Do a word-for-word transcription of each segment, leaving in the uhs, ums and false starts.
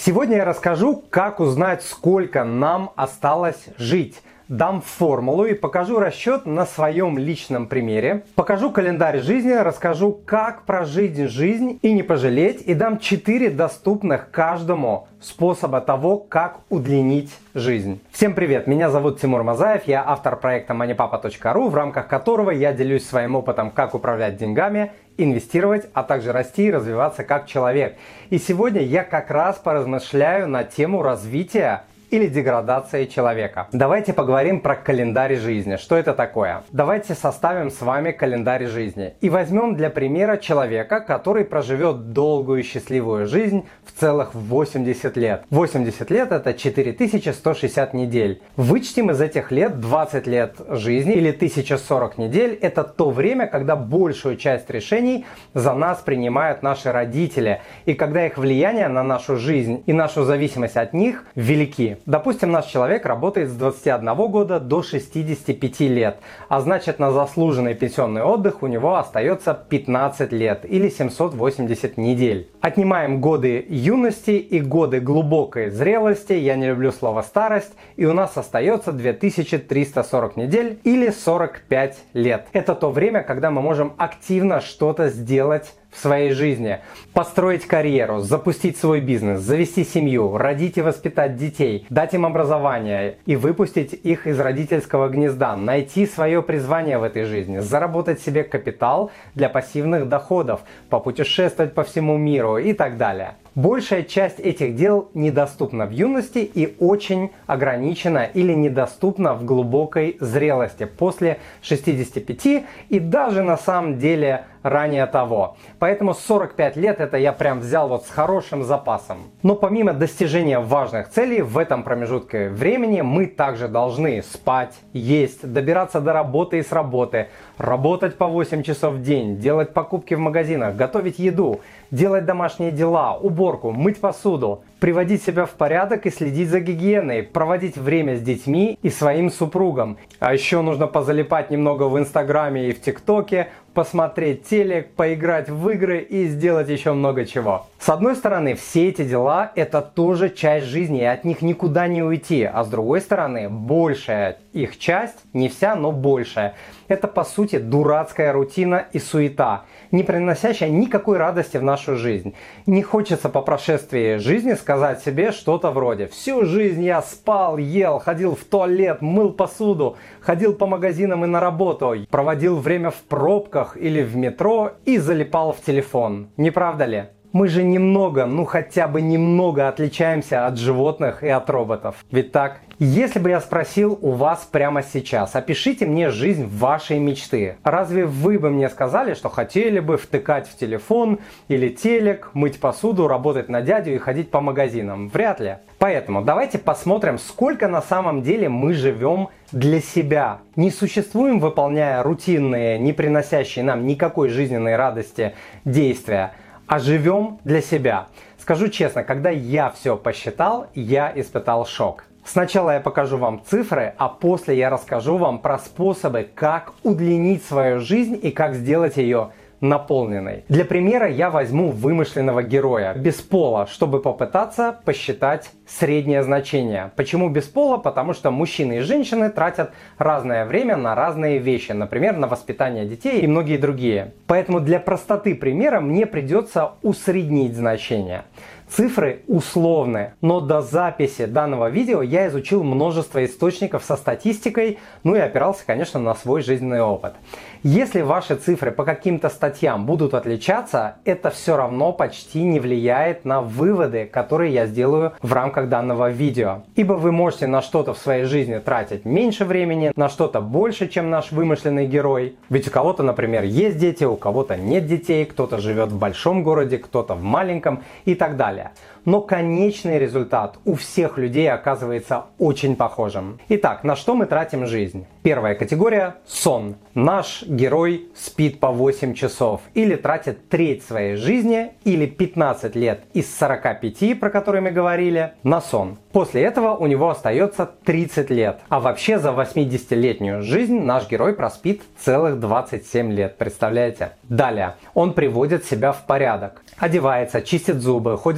Сегодня я расскажу, как узнать, сколько нам осталось жить. Дам формулу и покажу расчет на своем личном примере. Покажу календарь жизни, расскажу, как прожить жизнь и не пожалеть. И дам четыре доступных каждому способа того, как удлинить жизнь. Всем привет, меня зовут Тимур Мазаев, я автор проекта манипапа точка ру, в рамках которого я делюсь своим опытом, как управлять деньгами, инвестировать, а также расти и развиваться как человек. И сегодня я как раз поразмышляю на тему развития или деградации человека. Давайте поговорим про календарь жизни. Что это такое? Давайте составим с вами календарь жизни. И возьмем для примера человека, который проживет долгую и счастливую жизнь в целых восемьдесят лет. восемьдесят лет это четыре тысячи сто шестьдесят недель. Вычтем из этих лет двадцать лет жизни или тысяча сорок недель. Это то время, когда большую часть решений за нас принимают наши родители. И когда их влияние на нашу жизнь и нашу зависимость от них велики. Допустим, наш человек работает с двадцати одного года до шестидесяти пяти лет, а значит, на заслуженный пенсионный отдых у него остается пятнадцать лет или семьсот восемьдесят недель. Отнимаем годы юности и годы глубокой зрелости, я не люблю слово старость, и у нас остается две тысячи триста сорок недель или сорок пять лет. Это то время, когда мы можем активно что-то сделать в своей жизни. Построить карьеру, запустить свой бизнес, завести семью, родить и воспитать детей, дать им образование и выпустить их из родительского гнезда, найти свое призвание в этой жизни, заработать себе капитал для пассивных доходов, попутешествовать по всему миру и так далее. Большая часть этих дел недоступна в юности и очень ограничена или недоступна в глубокой зрелости после шестидесяти пяти и даже на самом деле ранее того. Поэтому сорок пять лет это я прям взял вот с хорошим запасом. Но помимо достижения важных целей в этом промежутке времени мы также должны спать, есть, добираться до работы и с работы, работать по восемь часов в день, делать покупки в магазинах, готовить еду, делать домашние дела, уборку, мыть посуду, приводить себя в порядок и следить за гигиеной, проводить время с детьми и своим супругом. А еще нужно позалипать немного в Инстаграме и в ТикТоке, посмотреть телек, поиграть в игры и сделать еще много чего. С одной стороны, все эти дела – это тоже часть жизни, и от них никуда не уйти. А с другой стороны, большая их часть, не вся, но большая, это по сути дурацкая рутина и суета, не приносящая никакой радости в нашу жизнь. Не хочется по прошествии жизни сказать себе что-то вроде: всю жизнь я спал, ел, ходил в туалет, мыл посуду, ходил по магазинам и на работу, проводил время в пробках или в метро и залипал в телефон. Не правда ли? Мы же немного, ну хотя бы немного отличаемся от животных и от роботов. Ведь так? Если бы я спросил у вас прямо сейчас: опишите мне жизнь вашей мечты, разве вы бы мне сказали, что хотели бы втыкать в телефон или телек, мыть посуду, работать на дядю и ходить по магазинам? Вряд ли. Поэтому давайте посмотрим, сколько на самом деле мы живем для себя. Не существуем, выполняя рутинные, не приносящие нам никакой жизненной радости действия, а живем для себя. Скажу честно, когда я все посчитал, я испытал шок. Сначала я покажу вам цифры, а после я расскажу вам про способы, как удлинить свою жизнь и как сделать ее наполненной. Для примера я возьму вымышленного героя без пола, чтобы попытаться посчитать среднее значение. Почему без пола? Потому что мужчины и женщины тратят разное время на разные вещи, например, на воспитание детей и многие другие. Поэтому для простоты примера мне придется усреднить значение. Цифры условны, но до записи данного видео я изучил множество источников со статистикой, ну и опирался, конечно, на свой жизненный опыт. Если ваши цифры по каким-то статьям будут отличаться, это все равно почти не влияет на выводы, которые я сделаю в рамках данного видео. Ибо вы можете на что-то в своей жизни тратить меньше времени, на что-то больше, чем наш вымышленный герой. Ведь у кого-то, например, есть дети, у кого-то нет детей, кто-то живет в большом городе, кто-то в маленьком и так далее. Но конечный результат у всех людей оказывается очень похожим. Итак, на что мы тратим жизнь? Первая категория – сон. Наш герой спит по восемь часов или тратит треть своей жизни или пятнадцать лет из сорока пяти, про которые мы говорили, на сон. После этого у него остается тридцать лет. А вообще за восьмидесятилетнюю жизнь наш герой проспит целых двадцать семь лет. Представляете? Далее. Он приводит себя в порядок. Одевается, чистит зубы, ходит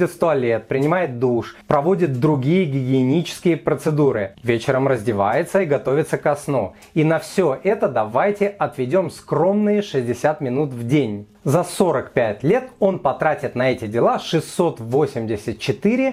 ходит в туалет, принимает душ, проводит другие гигиенические процедуры, вечером раздевается и готовится ко сну. И на все это давайте отведем скромные шестьдесят минут в день. За сорок пять лет он потратит на эти дела шестьсот восемьдесят четыре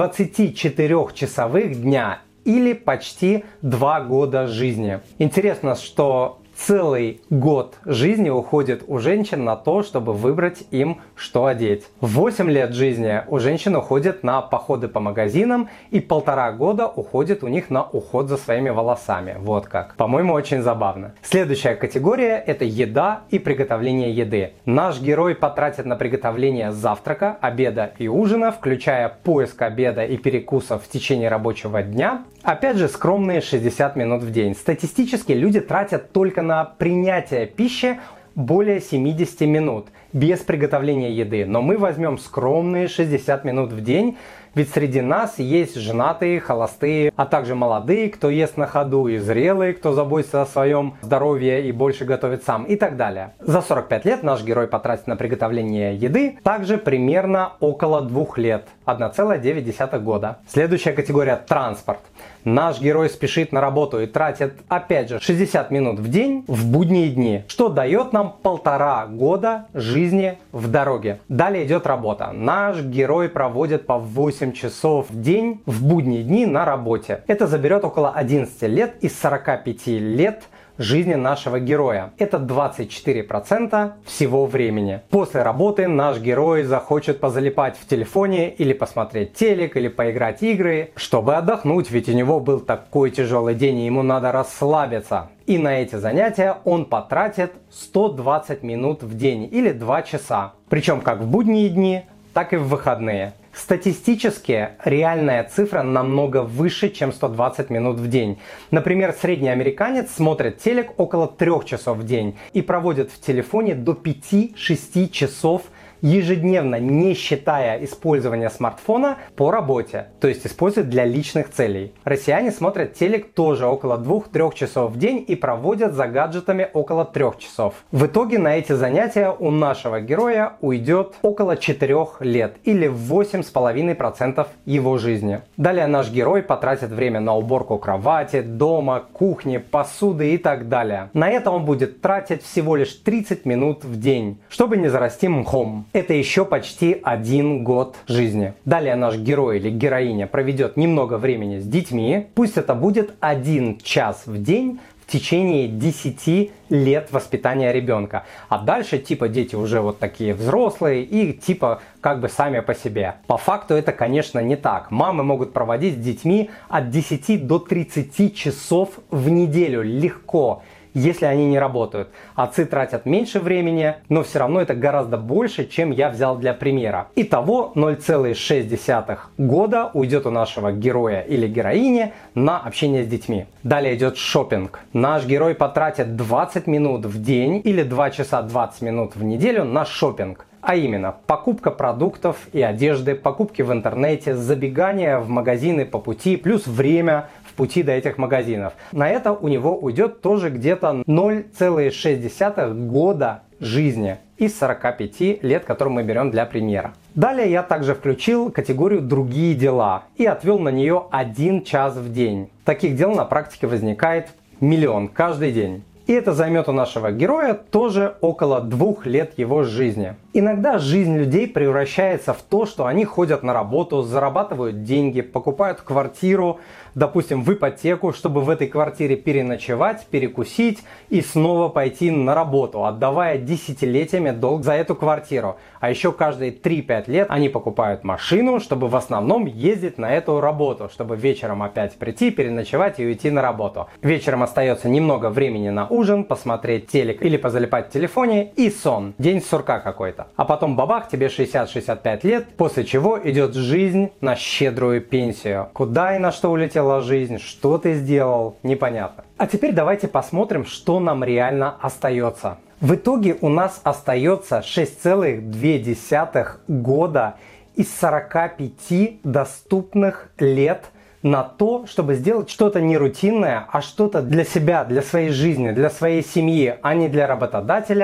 двадцатичетырёхчасовых дня или почти два года жизни. Интересно, что целый год жизни уходит у женщин на то, чтобы выбрать им, что одеть. восемь лет жизни у женщин уходит на походы по магазинам, и полтора года уходит у них на уход за своими волосами. Вот как. По-моему, очень забавно. Следующая категория – это еда и приготовление еды. Наш герой потратит на приготовление завтрака, обеда и ужина, включая поиск обеда и перекусов в течение рабочего дня. Опять же, скромные шестьдесят минут в день. Статистически люди тратят только на принятие пищи более семьдесят минут без приготовления еды. Но мы возьмем скромные шестьдесят минут в день, ведь среди нас есть женатые, холостые, а также молодые, кто ест на ходу, и зрелые, кто заботится о своем здоровье и больше готовит сам, и так далее. За сорок пять лет наш герой потратит на приготовление еды также примерно около двух лет, одна целая девять десятых года. Следующая категория – транспорт. Наш герой спешит на работу и тратит, опять же, шестьдесят минут в день в будние дни, что дает нам полтора года жизни в дороге. Далее идет работа. Наш герой проводит по восемь часов в день в будние дни на работе. Это заберет около одиннадцати лет из сорока пяти лет жизни нашего героя. Это двадцать четыре процента всего времени. После работы наш герой захочет позалипать в телефоне или посмотреть телек, или поиграть в игры, чтобы отдохнуть, ведь у него был такой тяжелый день и ему надо расслабиться. И на эти занятия он потратит сто двадцать минут в день или два часа. Причем как в будние дни, так и в выходные. Статистически реальная цифра намного выше, чем сто двадцать минут в день. Например, средний американец смотрит телек около трёх часов в день и проводит в телефоне до пяти-шести часов ежедневно, не считая использования смартфона по работе, то есть используют для личных целей. Россияне смотрят телек тоже около двух-трёх часов в день и проводят за гаджетами около трёх часов. В итоге на эти занятия у нашего героя уйдет около четырёх лет или восемь с половиной процентов его жизни. Далее наш герой потратит время на уборку кровати, дома, кухни, посуды и так далее. На это он будет тратить всего лишь тридцать минут в день, чтобы не зарасти мхом. Это еще почти один год жизни. Далее наш герой или героиня проведет немного времени с детьми. Пусть это будет один час в день в течение десяти лет воспитания ребенка. А дальше типа дети уже вот такие взрослые и типа как бы сами по себе. По факту это, конечно, не так. Мамы могут проводить с детьми от десяти до тридцати часов в неделю легко, если они не работают. Отцы тратят меньше времени, но все равно это гораздо больше, чем я взял для примера. Итого ноль целых шесть десятых года уйдет у нашего героя или героини на общение с детьми. Далее идет шопинг. Наш герой потратит двадцать минут в день или два часа двадцать минут в неделю на шопинг. А именно, покупка продуктов и одежды, покупки в интернете, забегание в магазины по пути, плюс время в пути до этих магазинов. На это у него уйдет тоже где-то ноль целых шесть десятых года жизни из сорока пяти лет, которые мы берем для примера. Далее я также включил категорию «Другие дела» и отвел на нее один час в день. Таких дел на практике возникает миллион каждый день. И это займет у нашего героя тоже около двух лет его жизни. Иногда жизнь людей превращается в то, что они ходят на работу, зарабатывают деньги, покупают квартиру, допустим, в ипотеку, чтобы в этой квартире переночевать, перекусить и снова пойти на работу, отдавая десятилетиями долг за эту квартиру. А еще каждые три-пять лет они покупают машину, чтобы в основном ездить на эту работу, чтобы вечером опять прийти, переночевать и уйти на работу. Вечером остается немного времени на ужин, посмотреть телек или позалипать в телефоне и сон. День сурка какой-то. А потом бабах, тебе шестьдесят-шестьдесят пять лет, после чего идет жизнь на щедрую пенсию. Куда и на что улетела жизнь, что ты сделал, непонятно. А теперь давайте посмотрим, что нам реально остается. В итоге у нас остается шесть целых две десятых года из сорока пяти доступных лет на то, чтобы сделать что-то не рутинное, а что-то для себя, для своей жизни, для своей семьи, а не для работодателя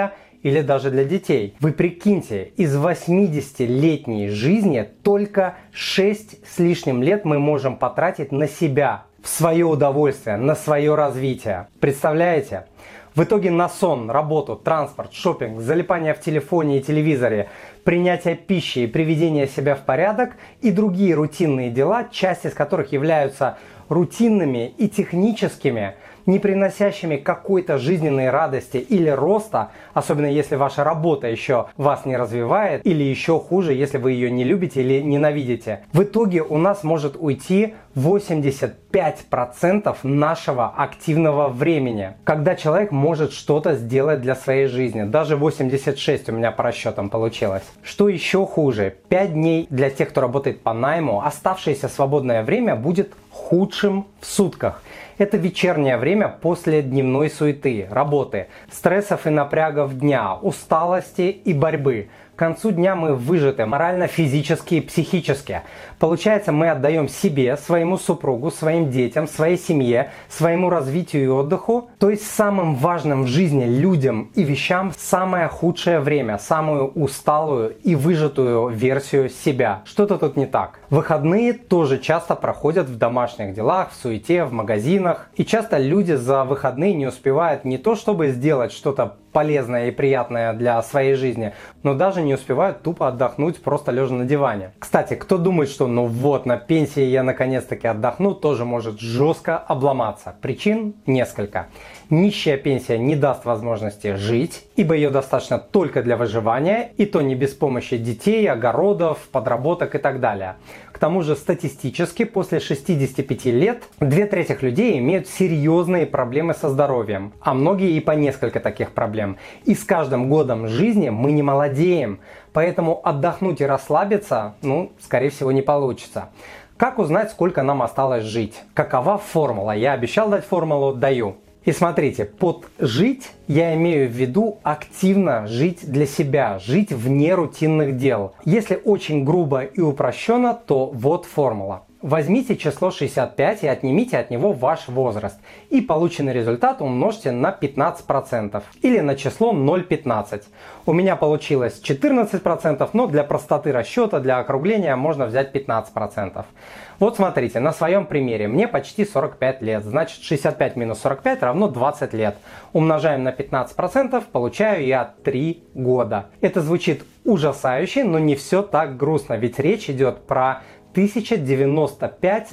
или даже для детей. Вы прикиньте, из восьмидесятилетней жизни только шесть с лишним лет мы можем потратить на себя, в свое удовольствие, на свое развитие. Представляете? В итоге на сон, работу, транспорт, шопинг, залипание в телефоне и телевизоре, принятие пищи и приведение себя в порядок и другие рутинные дела, часть из которых являются рутинными и техническими, не приносящими какой-то жизненной радости или роста, особенно если ваша работа еще вас не развивает, или еще хуже, если вы ее не любите или ненавидите. В итоге у нас может уйти восемьдесят пять процентов нашего активного времени, когда человек может что-то сделать для своей жизни. Даже восемьдесят шесть у меня по расчетам получилось. Что еще хуже, пять дней для тех, кто работает по найму, оставшееся свободное время будет худшим в сутках. Это вечернее время после дневной суеты, работы, стрессов и напрягов дня, усталости и борьбы. К концу дня мы выжаты морально, физически и психически. Получается, мы отдаем себе, своему супругу, своим детям, своей семье, своему развитию и отдыху, то есть самым важным в жизни людям и вещам самое худшее время, самую усталую и выжатую версию себя. Что-то тут не так. Выходные тоже часто проходят в домашних делах, в суете, в магазинах. И часто люди за выходные не успевают не то чтобы сделать что-то полезное и приятное для своей жизни, но даже не успевают тупо отдохнуть, просто лежа на диване. Кстати, кто думает, что ну вот, на пенсии я наконец-таки отдохну, тоже может жестко обломаться. Причин несколько. Нищая пенсия не даст возможности жить, ибо ее достаточно только для выживания, и то не без помощи детей, огородов, подработок и так далее. К тому же статистически после шестидесяти пяти лет две трети людей имеют серьезные проблемы со здоровьем, а многие и по несколько таких проблем. И с каждым годом жизни мы не молодеем, поэтому отдохнуть и расслабиться, ну, скорее всего, не получится. Как узнать, сколько нам осталось жить? Какова формула? Я обещал дать формулу, даю. И смотрите, под «жить» я имею в виду активно жить для себя, жить вне рутинных дел. Если очень грубо и упрощенно, то вот формула. Возьмите число шестьдесят пять и отнимите от него ваш возраст. И полученный результат умножьте на пятнадцать процентов или на число ноль целых пятнадцать сотых. У меня получилось четырнадцать процентов, но для простоты расчета, для округления можно взять пятнадцать процентов. Вот смотрите, на своем примере. Мне почти сорок пять лет, значит шестьдесят пять минус сорок пять равно двадцать лет. Умножаем на пятнадцать процентов, получаю я три года. Это звучит ужасающе, но не все так грустно, ведь речь идет про тысяча девяносто пять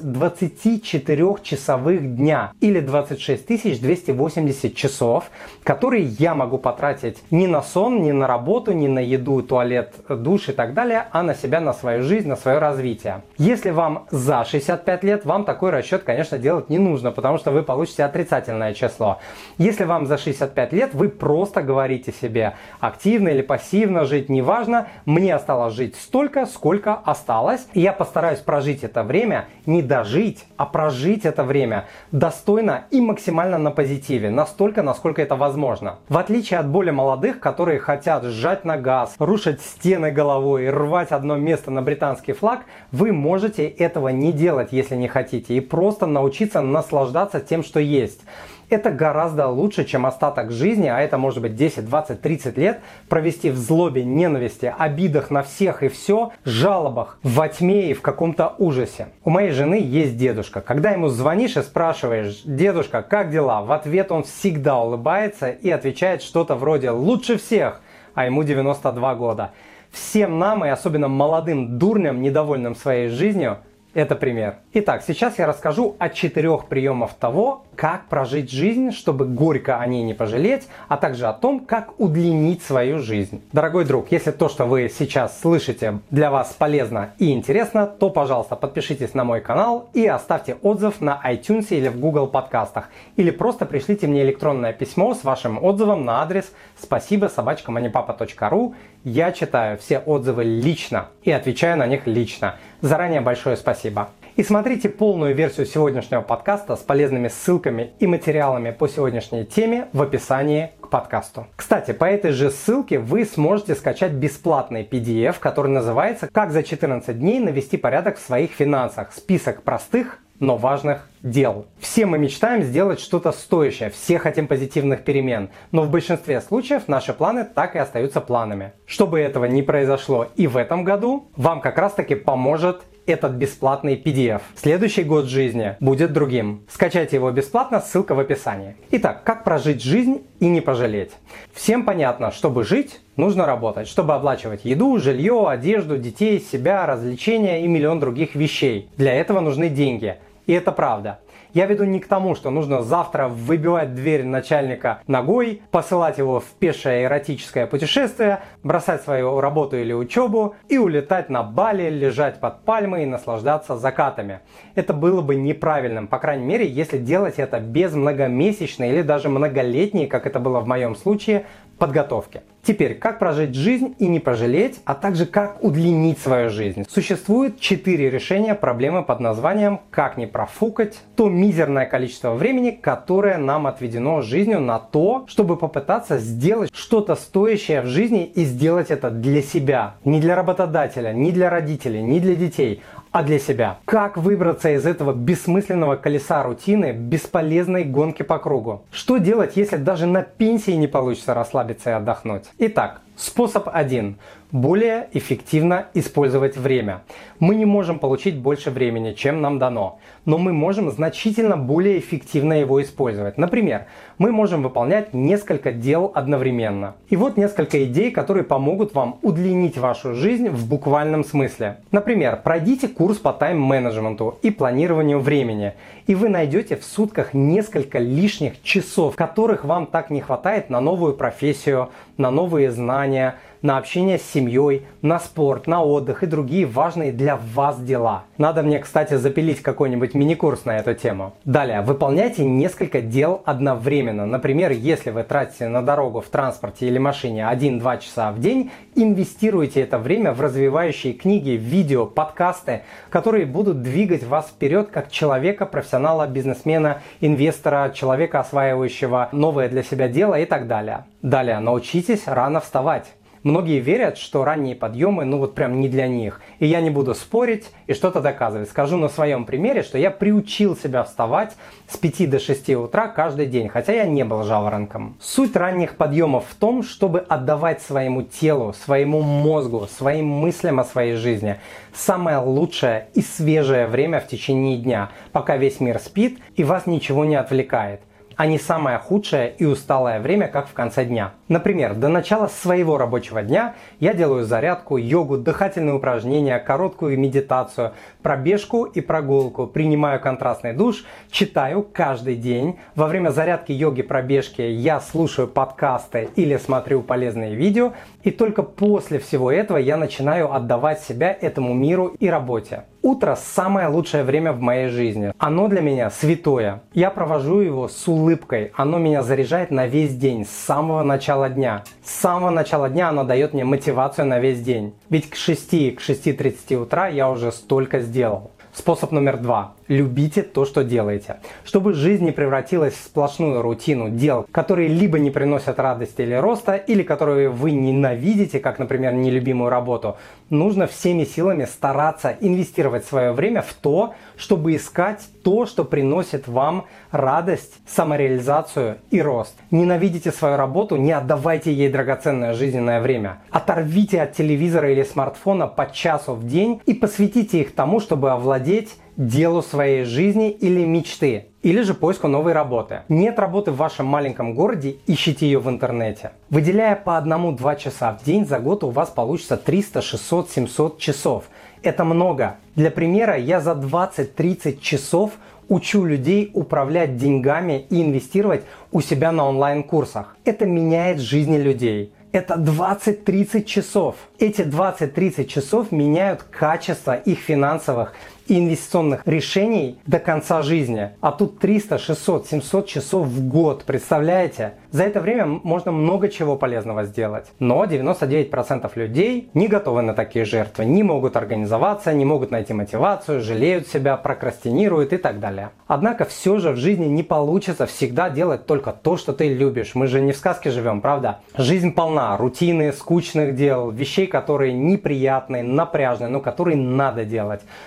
двадцатичетырёхчасовых дня или двадцать шесть тысяч двести восемьдесят часов, которые я могу потратить не на сон, не на работу, не на еду, туалет, душ и так далее, а на себя, на свою жизнь, на свое развитие. Если вам за шестьдесят пять лет, вам такой расчет, конечно, делать не нужно, потому что вы получите отрицательное число. Если вам за шестьдесят пять лет, вы просто говорите себе активно или пассивно жить, неважно, мне осталось жить столько, сколько осталось, и я постараюсь прожить это время, не дожить, а прожить это время достойно и максимально на позитиве, настолько, насколько это возможно. В отличие от более молодых, которые хотят сжать на газ, рушить стены головой, рвать одно место на британский флаг, вы можете этого не делать, если не хотите, и просто научиться наслаждаться тем, что есть. Это гораздо лучше, чем остаток жизни, а это может быть десять, двадцать, тридцать лет, провести в злобе, ненависти, обидах на всех и все, жалобах, во тьме и в каком-то ужасе. У моей жены есть дедушка. Когда ему звонишь и спрашиваешь: «Дедушка, как дела?», в ответ он всегда улыбается и отвечает что-то вроде «лучше всех», а ему девяносто два года. Всем нам, и особенно молодым дурням, недовольным своей жизнью, это пример. Итак, сейчас я расскажу о четырех приемах того, как прожить жизнь, чтобы горько о ней не пожалеть, а также о том, как удлинить свою жизнь. Дорогой друг, если то, что вы сейчас слышите, для вас полезно и интересно, то, пожалуйста, подпишитесь на мой канал и оставьте отзыв на iTunes или в Google подкастах. Или просто пришлите мне электронное письмо с вашим отзывом на адрес спасибо собака манипапа точка ру. Я читаю все отзывы лично и отвечаю на них лично. Заранее большое спасибо. И смотрите полную версию сегодняшнего подкаста с полезными ссылками и материалами по сегодняшней теме в описании к подкасту. Кстати, по этой же ссылке вы сможете скачать бесплатный пи ди эф, который называется «Как за четырнадцать дней навести порядок в своих финансах. Список простых но важных дел. Все мы мечтаем сделать что-то стоящее, все хотим позитивных перемен, но в большинстве случаев наши планы так и остаются планами. Чтобы этого не произошло и в этом году, вам как раз таки поможет этот бесплатный пи ди эф. Следующий год жизни будет другим. Скачайте его бесплатно, ссылка в описании. Итак, как прожить жизнь и не пожалеть? Всем понятно, чтобы жить, нужно работать, чтобы оплачивать еду, жилье, одежду, детей, себя, развлечения и миллион других вещей. Для этого нужны деньги. И это правда. Я веду не к тому, что нужно завтра выбивать дверь начальника ногой, посылать его в пешее эротическое путешествие, бросать свою работу или учебу и улетать на Бали, лежать под пальмой и наслаждаться закатами. Это было бы неправильным, по крайней мере, если делать это без многомесячной или даже многолетней, как это было в моем случае, подготовки. Теперь, как прожить жизнь и не пожалеть, а также как удлинить свою жизнь. Существует четыре решения проблемы под названием «Как не профукать» то мизерное количество времени, которое нам отведено жизнью на то, чтобы попытаться сделать что-то стоящее в жизни и сделать это для себя. Не для работодателя, не для родителей, не для детей, а для себя. Как выбраться из этого бессмысленного колеса рутины, бесполезной гонки по кругу? Что делать, если даже на пенсии не получится расслабиться и отдохнуть? Итак, способ один. Более эффективно использовать время. Мы не можем получить больше времени, чем нам дано, но мы можем значительно более эффективно его использовать. Например, мы можем выполнять несколько дел одновременно. И вот несколько идей, которые помогут вам удлинить вашу жизнь в буквальном смысле. Например, пройдите курс по тайм-менеджменту и планированию времени, и вы найдете в сутках несколько лишних часов, которых вам так не хватает на новую профессию, на новые знания, на общение с семьей, на спорт, на отдых и другие важные для вас дела. Надо мне, кстати, запилить какой-нибудь мини-курс на эту тему. Далее, выполняйте несколько дел одновременно. Например, если вы тратите на дорогу в транспорте или машине один-два часа в день, инвестируйте это время в развивающие книги, видео, подкасты, которые будут двигать вас вперед как человека, профессионала, бизнесмена, инвестора, человека, осваивающего новое для себя дело и так далее. Далее, научитесь рано вставать. Многие верят, что ранние подъемы, ну вот прям не для них. И я не буду спорить и что-то доказывать. Скажу на своем примере, что я приучил себя вставать с пяти до шести утра каждый день, хотя я не был жаворонком. Суть ранних подъемов в том, чтобы отдавать своему телу, своему мозгу, своим мыслям о своей жизни самое лучшее и свежее время в течение дня, пока весь мир спит и вас ничего не отвлекает, а не самое худшее и усталое время, как в конце дня. Например, до начала своего рабочего дня я делаю зарядку, йогу, дыхательные упражнения, короткую медитацию, пробежку и прогулку, принимаю контрастный душ, читаю каждый день. Во время зарядки, йоги, пробежки я слушаю подкасты или смотрю полезные видео, и только после всего этого я начинаю отдавать себя этому миру и работе. Утро – самое лучшее время в моей жизни. Оно для меня святое. Я провожу его с улыбкой. Оно меня заряжает на весь день, с самого начала дня. С самого начала дня оно дает мне мотивацию на весь день. Ведь к шести, к шести тридцати утра я уже столько сделал. Способ номер два. Любите то, что делаете. Чтобы жизнь не превратилась в сплошную рутину дел, которые либо не приносят радости или роста, или которые вы ненавидите, как, например, нелюбимую работу, нужно всеми силами стараться инвестировать свое время в то, чтобы искать то, что приносит вам радость, самореализацию и рост. Ненавидите свою работу, не отдавайте ей драгоценное жизненное время. Оторвите от телевизора или смартфона по часу в день и посвятите их тому, чтобы овладеть делу своей жизни или мечты, или же поиску новой работы. Нет работы в вашем маленьком городе, ищите ее в интернете. Выделяя по одному-два часа в день, за год у вас получится триста, шестьсот, семьсот часов. Это много. Для примера, я за двадцать-тридцать часов учу людей управлять деньгами и инвестировать у себя на онлайн-курсах. Это меняет жизни людей. Это двадцать-тридцать часов. Эти двадцать-тридцать часов меняют качество их финансовых и инвестиционных решений до конца жизни. А тут триста, шестьсот, семьсот часов в год. Представляете? За это время можно много чего полезного сделать. Но девяносто девять процентов людей не готовы на такие жертвы. Не могут организоваться, не могут найти мотивацию, жалеют себя, прокрастинируют и так далее. Однако все же в жизни не получится всегда делать только то, что ты любишь. Мы же не в сказке живем, правда? Жизнь полна рутины, скучных дел, вещей, которые неприятные, напряжные, но которые надо делать. Плюс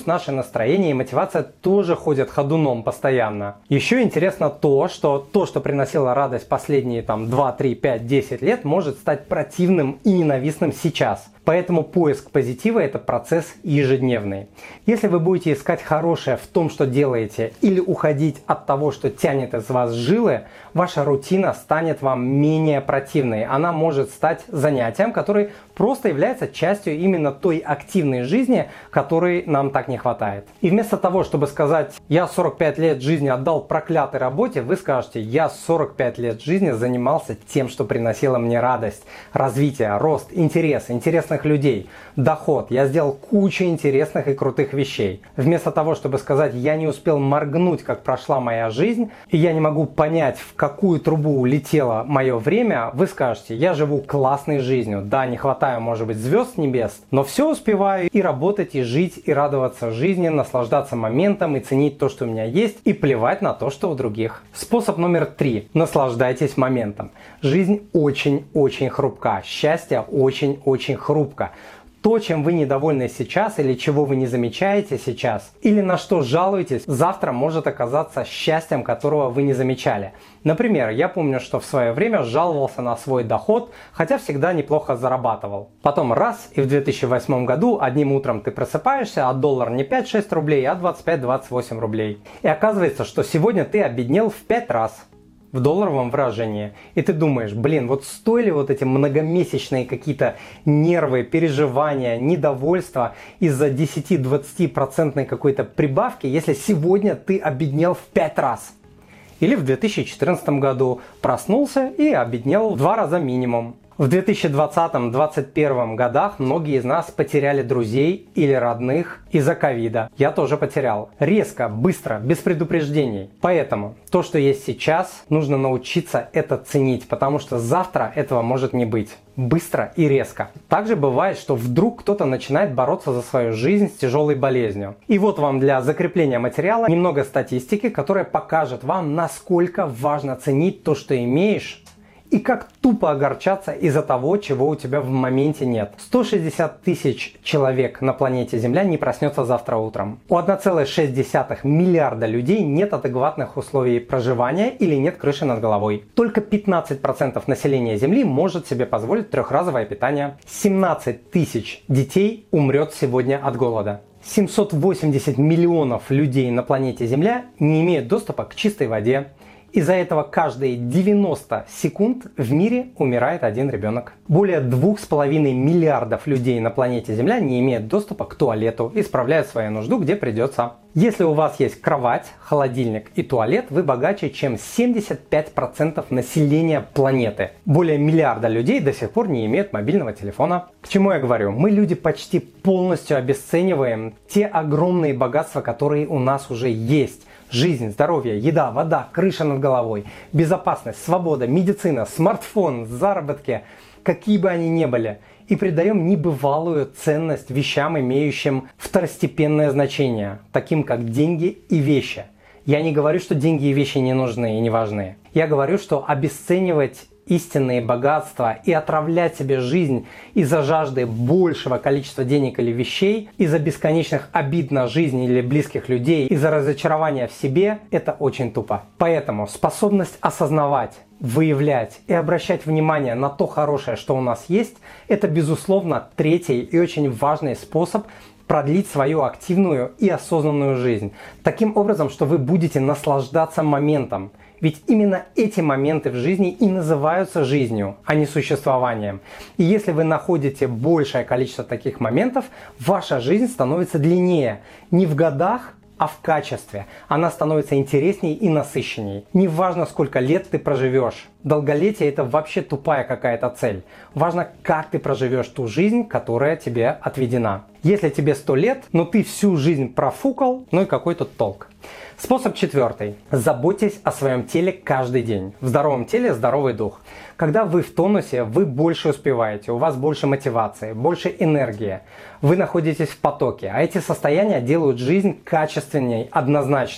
наше настроение и мотивация тоже ходят ходуном постоянно. Еще интересно то, что то, что приносило радость последние там два, три, пять, десять лет, может стать противным и ненавистным сейчас. Поэтому поиск позитива – это процесс ежедневный. Если вы будете искать хорошее в том, что делаете, или уходить от того, что тянет из вас жилы, ваша рутина станет вам менее противной. Она может стать занятием, которое просто является частью именно той активной жизни, которой нам так не хватает. И вместо того, чтобы сказать «я сорок пять лет жизни отдал проклятой работе», вы скажете «я сорок пять лет жизни занимался тем, что приносило мне радость, развитие, рост, интерес, интересных людей, доход. Я сделал кучу интересных и крутых вещей». Вместо того, чтобы сказать «я не успел моргнуть, как прошла моя жизнь, и я не могу понять, в какую трубу улетело мое время», вы скажете «я живу классной жизнью. Да, не хватает, может быть, звезд с небес, но все успеваю и работать, и жить, и радоваться жизни, наслаждаться моментом, и ценить то, что у меня есть, и плевать на то, что у других». Способ номер три. Наслаждайтесь моментом. Жизнь очень-очень хрупка. Счастье очень-очень хрупко. То, чем вы недовольны сейчас или чего вы не замечаете сейчас, или на что жалуетесь, завтра может оказаться счастьем, которого вы не замечали. Например, я помню, что в свое время жаловался на свой доход, хотя всегда неплохо зарабатывал. Потом раз, и в две тысячи восьмом году одним утром ты просыпаешься, а доллар не пять-шесть рублей, а двадцать пять двадцать восемь рублей. И оказывается, что сегодня ты обеднел в пять раз. В долларовом выражении. И ты думаешь, блин, вот стоили вот эти многомесячные какие-то нервы, переживания, недовольства из-за десять-двадцать процентной какой-то прибавки, если сегодня ты обеднел в пять раз. Или в две тысячи четырнадцатом году проснулся и обеднел в два раза минимум. В две тысячи двадцатом — две тысячи двадцать первом годах многие из нас потеряли друзей или родных из-за ковида. Я тоже потерял. Резко, быстро, без предупреждений. Поэтому то, что есть сейчас, нужно научиться это ценить, потому что завтра этого может не быть. Быстро и резко. Также бывает, что вдруг кто-то начинает бороться за свою жизнь с тяжелой болезнью. И вот вам для закрепления материала немного статистики, которая покажет вам, насколько важно ценить то, что имеешь, и как тупо огорчаться из-за того, чего у тебя в моменте нет. сто шестьдесят тысяч человек на планете Земля не проснется завтра утром. У одного целого шесть десятых миллиарда людей нет адекватных условий проживания или нет крыши над головой. Только пятнадцать процентов населения Земли может себе позволить трехразовое питание. семнадцать тысяч детей умрет сегодня от голода. семьсот восемьдесят миллионов людей на планете Земля не имеют доступа к чистой воде. Из-за этого каждые девяносто секунд в мире умирает один ребенок. Более двух с половиной миллиардов людей на планете Земля не имеют доступа к туалету и справляют свою нужду, где придется. Если у вас есть кровать, холодильник и туалет, вы богаче, чем семьдесят пять процентов населения планеты. Более миллиарда людей до сих пор не имеют мобильного телефона. К чему я говорю? Мы, люди, почти полностью обесцениваем те огромные богатства, которые у нас уже есть. Жизнь, здоровье, еда, вода, крыша над головой, безопасность, свобода, медицина, смартфон, заработки, какие бы они ни были. И придаем небывалую ценность вещам, имеющим второстепенное значение, таким как деньги и вещи. Я не говорю, что деньги и вещи не нужны и не важны. Я говорю, что обесценивать истинные богатства и отравлять себе жизнь из-за жажды большего количества денег или вещей, из-за бесконечных обид на жизнь или близких людей, из-за разочарования в себе – это очень тупо. Поэтому способность осознавать, выявлять и обращать внимание на то хорошее, что у нас есть – это, безусловно, третий и очень важный способ продлить свою активную и осознанную жизнь. Таким образом, что вы будете наслаждаться моментом. Ведь именно эти моменты в жизни и называются жизнью, а не существованием. И если вы находите большее количество таких моментов, ваша жизнь становится длиннее. Не в годах, а в качестве. Она становится интереснее и насыщенней. Неважно, сколько лет ты проживешь. Долголетие – это вообще тупая какая-то цель. Важно, как ты проживешь ту жизнь, которая тебе отведена. Если тебе сто лет, но ты всю жизнь профукал, ну и какой тут толк. Способ четвертый. Заботьтесь о своем теле каждый день. В здоровом теле здоровый дух. Когда вы в тонусе, вы больше успеваете, у вас больше мотивации, больше энергии. Вы находитесь в потоке, а эти состояния делают жизнь качественней однозначно. К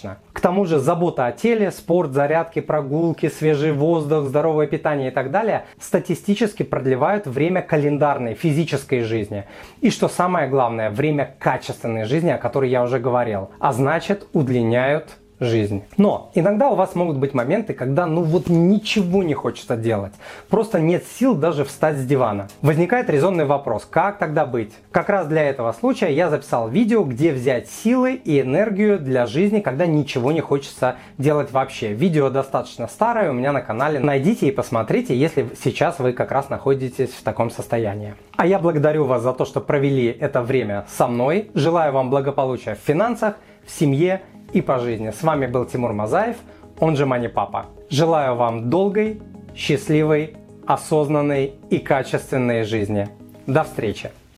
тому же забота о теле, спорт, зарядки, прогулки, свежий воздух, здоровое питание и так далее статистически продлевают время календарной, физической жизни. И что самое главное, время качественной жизни, о которой я уже говорил. А значит, удлиняют жизнь. Но иногда у вас могут быть моменты, когда ну вот ничего не хочется делать. Просто нет сил даже встать с дивана. Возникает резонный вопрос, как тогда быть? Как раз для этого случая я записал видео, где взять силы и энергию для жизни, когда ничего не хочется делать вообще. Видео достаточно старое, у меня на канале. Найдите и посмотрите, если сейчас вы как раз находитесь в таком состоянии. А я благодарю вас за то, что провели это время со мной. Желаю вам благополучия в финансах, в семье и по жизни. С вами был Тимур Мазаев, он же Money Papa. Желаю вам долгой, счастливой, осознанной и качественной жизни. До встречи!